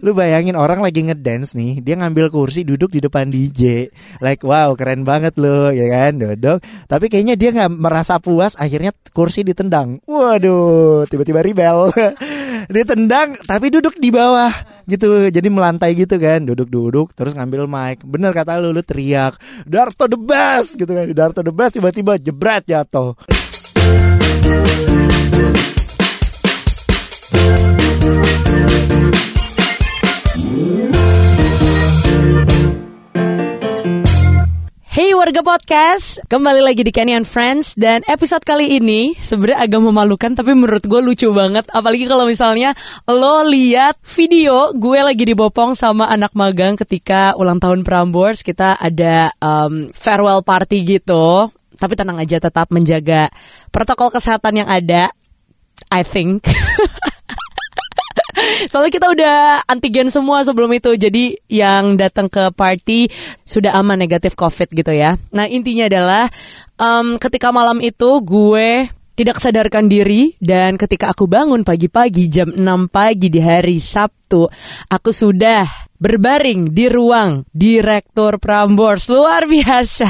Lu bayangin orang lagi ngedance nih, dia ngambil kursi duduk di depan DJ. Like wow, keren banget lu, ya kan, duduk. Tapi kayaknya dia gak merasa puas, akhirnya kursi ditendang. Waduh, tiba-tiba rebel. Ditendang tapi duduk di bawah gitu. Jadi melantai gitu kan, duduk-duduk terus ngambil mic. Bener kata lu teriak Darto the best gitu kan. Darto the best, tiba-tiba jebret jatuh. Hey warga podcast, kembali lagi di Kenny and Friends. Dan episode kali ini sebenarnya agak memalukan, tapi menurut gue lucu banget. Apalagi kalau misalnya lo lihat video gue lagi dibopong sama anak magang ketika ulang tahun Prambors. Kita ada farewell party gitu. Tapi tenang aja, tetap menjaga protokol kesehatan yang ada, I think. Soalnya kita udah antigen semua sebelum itu. Jadi yang datang ke party sudah aman negatif COVID gitu ya. Nah intinya adalah ketika malam itu gue tidak sadarkan diri. Dan ketika aku bangun pagi-pagi jam 6 pagi di hari Sabtu, aku sudah berbaring di ruang Direktur Prambors. Luar biasa.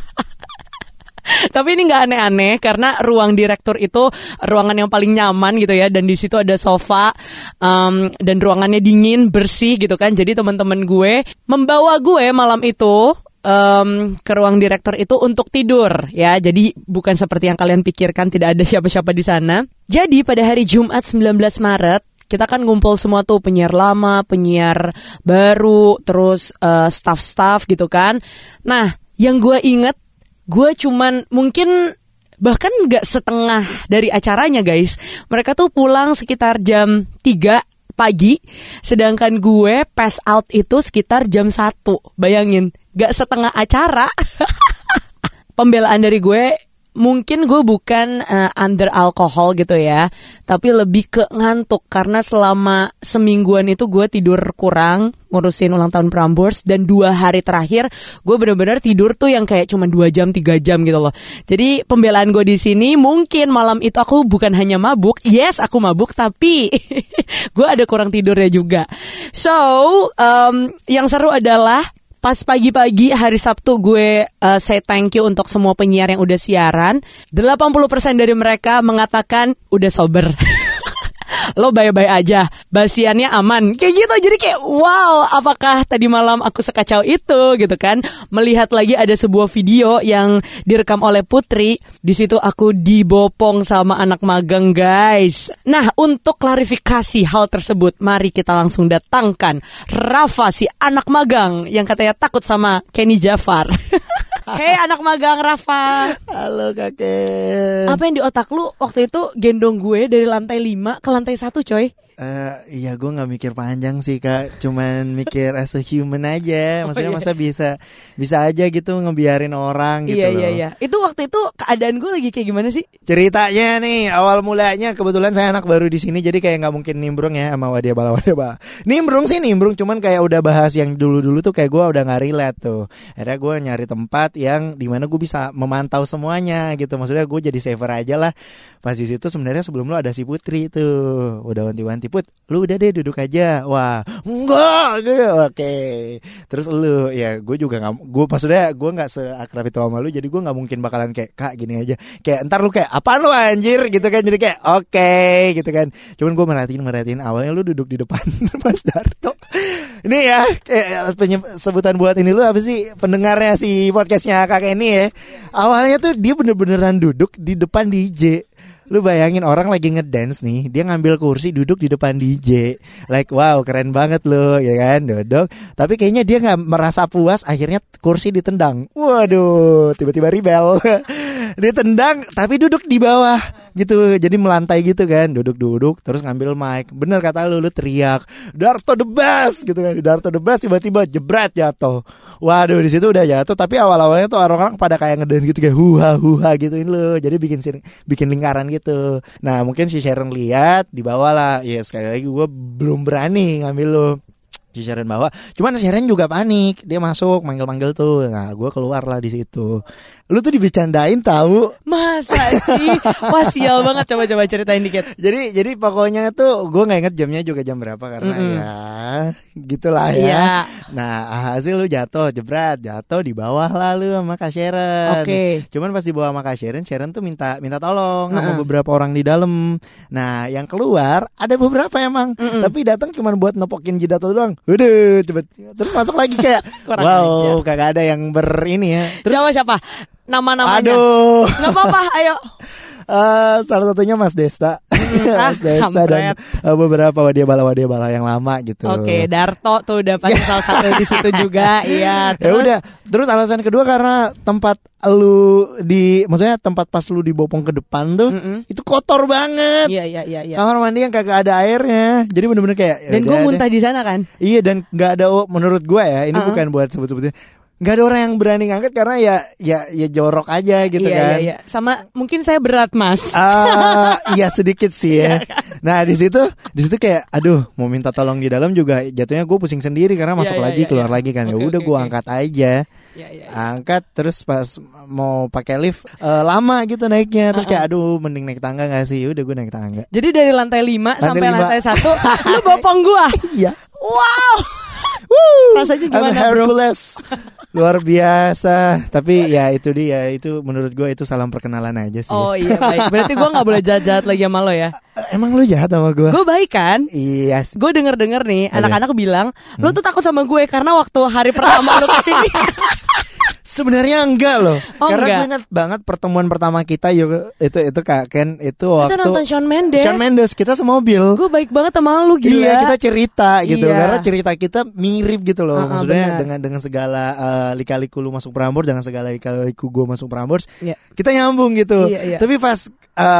Tapi ini nggak aneh-aneh karena ruang direktur itu ruangan yang paling nyaman gitu ya, dan di situ ada sofa dan ruangannya dingin bersih gitu kan. Jadi teman-teman gue membawa gue malam itu ke ruang direktur itu untuk tidur ya. Jadi bukan seperti yang kalian pikirkan, tidak ada siapa-siapa di sana. Jadi pada hari Jumat 19 Maret kita kan ngumpul semua tuh, penyiar lama, penyiar baru, terus staff-staff gitu kan. Nah yang gue inget, gue cuman mungkin bahkan gak setengah dari acaranya guys. Mereka tuh pulang sekitar jam 3 pagi. Sedangkan gue pass out itu sekitar jam 1. Bayangin, gak setengah acara. Pembelaan dari gue, mungkin gue bukan under alkohol gitu ya, tapi lebih ke ngantuk. Karena selama semingguan itu gue tidur kurang ngurusin ulang tahun Prambors. Dan 2 hari terakhir gue benar-benar tidur tuh yang kayak cuma 2 jam 3 jam gitu loh. Jadi pembelaan gue di sini, mungkin malam itu aku bukan hanya mabuk. Yes, aku mabuk, tapi gue ada kurang tidurnya juga. So yang seru adalah pas pagi-pagi hari Sabtu gue say thank you untuk semua penyiar yang udah siaran. 80% dari mereka mengatakan udah sober. Lo bye-bye aja, basiannya aman, kayak gitu. Jadi kayak wow, apakah tadi malam aku sekacau itu gitu kan. Melihat lagi ada sebuah video yang direkam oleh Putri. Di situ aku dibopong sama anak magang guys. Nah untuk klarifikasi hal tersebut, mari kita langsung datangkan Rafa, si anak magang yang katanya takut sama Kenny Jafar. Hey anak magang Rafa. Halo kakek. Apa yang di otak lu waktu itu gendong gue dari lantai 5 ke lantai 1 coy? Iya gue gak mikir panjang sih kak. Cuman mikir as a human aja. Maksudnya masa bisa aja gitu ngebiarin orang gitu loh. Iya. Itu waktu itu keadaan gue lagi kayak gimana sih? Ceritanya nih, awal mulanya kebetulan saya anak baru di sini. Jadi kayak gak mungkin nimbrung ya sama wadia bala. Nimbrung, cuman kayak udah bahas yang dulu-dulu tuh kayak gue udah gak relate tuh. Akhirnya gue nyari tempat yang dimana gue bisa memantau semuanya gitu. Maksudnya gue jadi saver aja lah. Pas di situ sebenarnya sebelum lu ada si Putri tuh. Udah wanti-wanti, Put, lu udah deh duduk aja. Wah, enggak gitu. Oke. Terus lu, ya gue juga gak, gue maksudnya gue gak seakrab itu sama lu. Jadi gue gak mungkin bakalan kayak, kak gini aja. Kayak ntar lu kayak, apaan lu anjir gitu kan. Jadi kayak oke, gitu kan. Cuman gue merhatiin awalnya lu duduk di depan Mas Darto. Ini ya kayak sebutan buat ini lu apa sih, pendengarnya si podcastnya kakek ini ya. Awalnya tuh dia bener-beneran duduk di depan DJ. Lu bayangin orang lagi ngedance nih, dia ngambil kursi duduk di depan DJ. Like wow, keren banget lu, ya kan, duduk. Tapi kayaknya dia gak merasa puas, akhirnya kursi ditendang. Waduh, tiba-tiba rebel. Ditendang tapi duduk di bawah gitu. Jadi melantai gitu kan, duduk-duduk terus ngambil mic. Bener kata lu teriak Darto the best gitu kan. Darto the best, tiba-tiba jebret jatuh. Waduh, di situ udah jatuh. Tapi awal-awalnya tuh orang-orang pada kayak ngedance gitu, kayak huha gituin lu. Jadi bikin lingkaran gitu. Nah mungkin si Sharon lihat, dibawa lah. Ya sekali lagi gue belum berani ngambil lu. Si Sharon bawa. Cuman Sharon juga panik. Dia masuk manggil-manggil tuh. Nah, gue keluar lah di situ. Lu tuh dibecandain tahu. Masa sih? Wah, sial banget. Coba ceritain dikit. Jadi pokoknya tuh gue nggak inget jamnya juga jam berapa karena ya gitulah ya. Iya. Nah, hasil lu jatuh di bawah lah lu sama Kak Sharon. Oke. Cuman pas dibawa sama Kak Sharon tuh minta tolong sama beberapa orang di dalam. Nah, yang keluar ada beberapa emang, tapi datang cuma buat nepokin jidat lu doang. Udah cepet. Terus masuk lagi kayak Kurang wow, kagak ada yang ini ya. Terus siapa? Nama-namanya. Aduh. Nggak apa-apa, ayo. Salah satunya Mas Desta. Mas Desta dan beberapa wadia bala yang lama gitu. Oke, Darto tuh udah pasti salah satu di situ juga. Iya. Ya udah. Terus alasan kedua karena tempat tempat pas lu dibopong ke depan tuh itu kotor banget. Iya. Kamar mandi yang kagak ada airnya. Jadi bener-bener kayak. Dan gue muntah di sana kan. Iya, dan nggak ada menurut gue ya. Ini bukan buat sebut-sebutin. Nggak ada orang yang berani ngangkat karena ya jorok aja gitu kan. Iya. Sama mungkin saya berat, Mas. Iya sedikit sih ya. Nah di situ kayak aduh mau minta tolong di dalam juga jatuhnya gue pusing sendiri karena masuk lagi keluar lagi kan. Ya udah gue angkat aja. Angkat terus pas mau pakai lift lama gitu naiknya. Terus kayak aduh mending naik tangga nggak sih? Udah gue naik tangga. Jadi dari lantai 5 sampai lantai 1 lu bopong gue. Iya. Wow. Rasanya gimana, Hercules. Luar biasa. Tapi ya itu dia. Itu menurut gue itu salam perkenalan aja sih. Oh iya baik. Berarti gue gak boleh jahat-jahat lagi sama lo ya. Emang lu jahat sama gue? Gue baik kan? Iya. Gue denger nih anak-anak bilang lu tuh takut sama gue karena waktu hari pertama lu kesini. Sebenarnya enggak loh. Karena enggak. gue ingat banget pertemuan pertama kita itu Kak Ken itu waktu kita nonton Shawn Mendes kita semobil. Gue baik banget sama lu gila. Iya, kita cerita gitu. Iya. Karena cerita kita mirip gitu loh. Maksudnya benar. dengan segala lika-liku lu masuk Prambors, dengan segala lika-liku gue masuk Prambors. Iya. Kita nyambung gitu. Iya. Tapi pas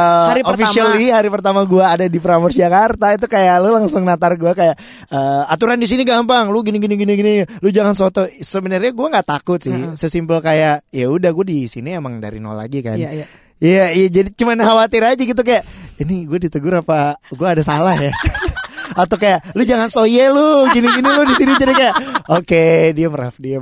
Hari hari pertama gue ada di Prambors Jakarta itu kayak lu langsung natar gue kayak aturan di sini gampang, lu gini. Lu jangan soto. Sebenarnya gue nggak takut sih. Sesimpel kayak ya udah gue di sini emang dari nol lagi kan. Iya, jadi cuman khawatir aja gitu kayak ini gue ditegur apa gue ada salah ya. Atau kayak lu jangan soye lu gini lu di sini jadi kayak oke, diem.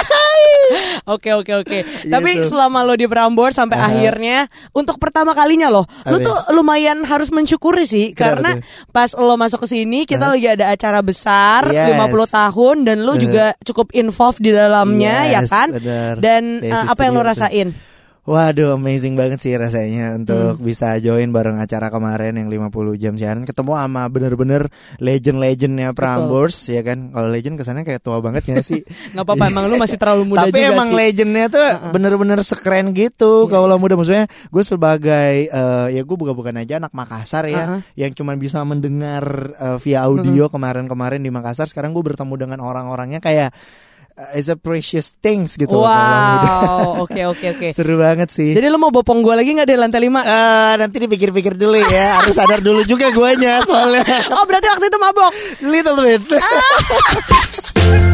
Oke. Tapi selama lo di Prambors sampai akhirnya untuk pertama kalinya lo tuh lumayan harus mensyukuri sih. Karena pas lo masuk ke sini kita lagi ada acara besar 50 tahun dan lo juga cukup involved di dalamnya ya kan. Bener. Dan apa yang lo rasain? Waduh, amazing banget sih rasanya untuk bisa join bareng acara kemarin yang 50 jam siaran, ketemu sama bener-bener legend-legendnya Prambors ya kan. Kalau legend kesannya kayak tua banget ya sih. Nggak apa-apa, emang lu masih terlalu muda tapi juga sih. Tapi emang legendnya tuh bener-bener sekeren gitu. Kalau muda maksudnya gue sebagai ya gue bukan aja anak Makassar ya, yang cuma bisa mendengar via audio kemarin di Makassar. Sekarang gue bertemu dengan orang-orangnya kayak it's a precious things gitu. Wow, oke. Seru banget sih. Jadi lu mau bopong gue lagi gak di lantai 5? Nanti dipikir-pikir dulu ya. Harus sadar dulu juga guanya soalnya. Oh berarti waktu itu mabok? Little bit.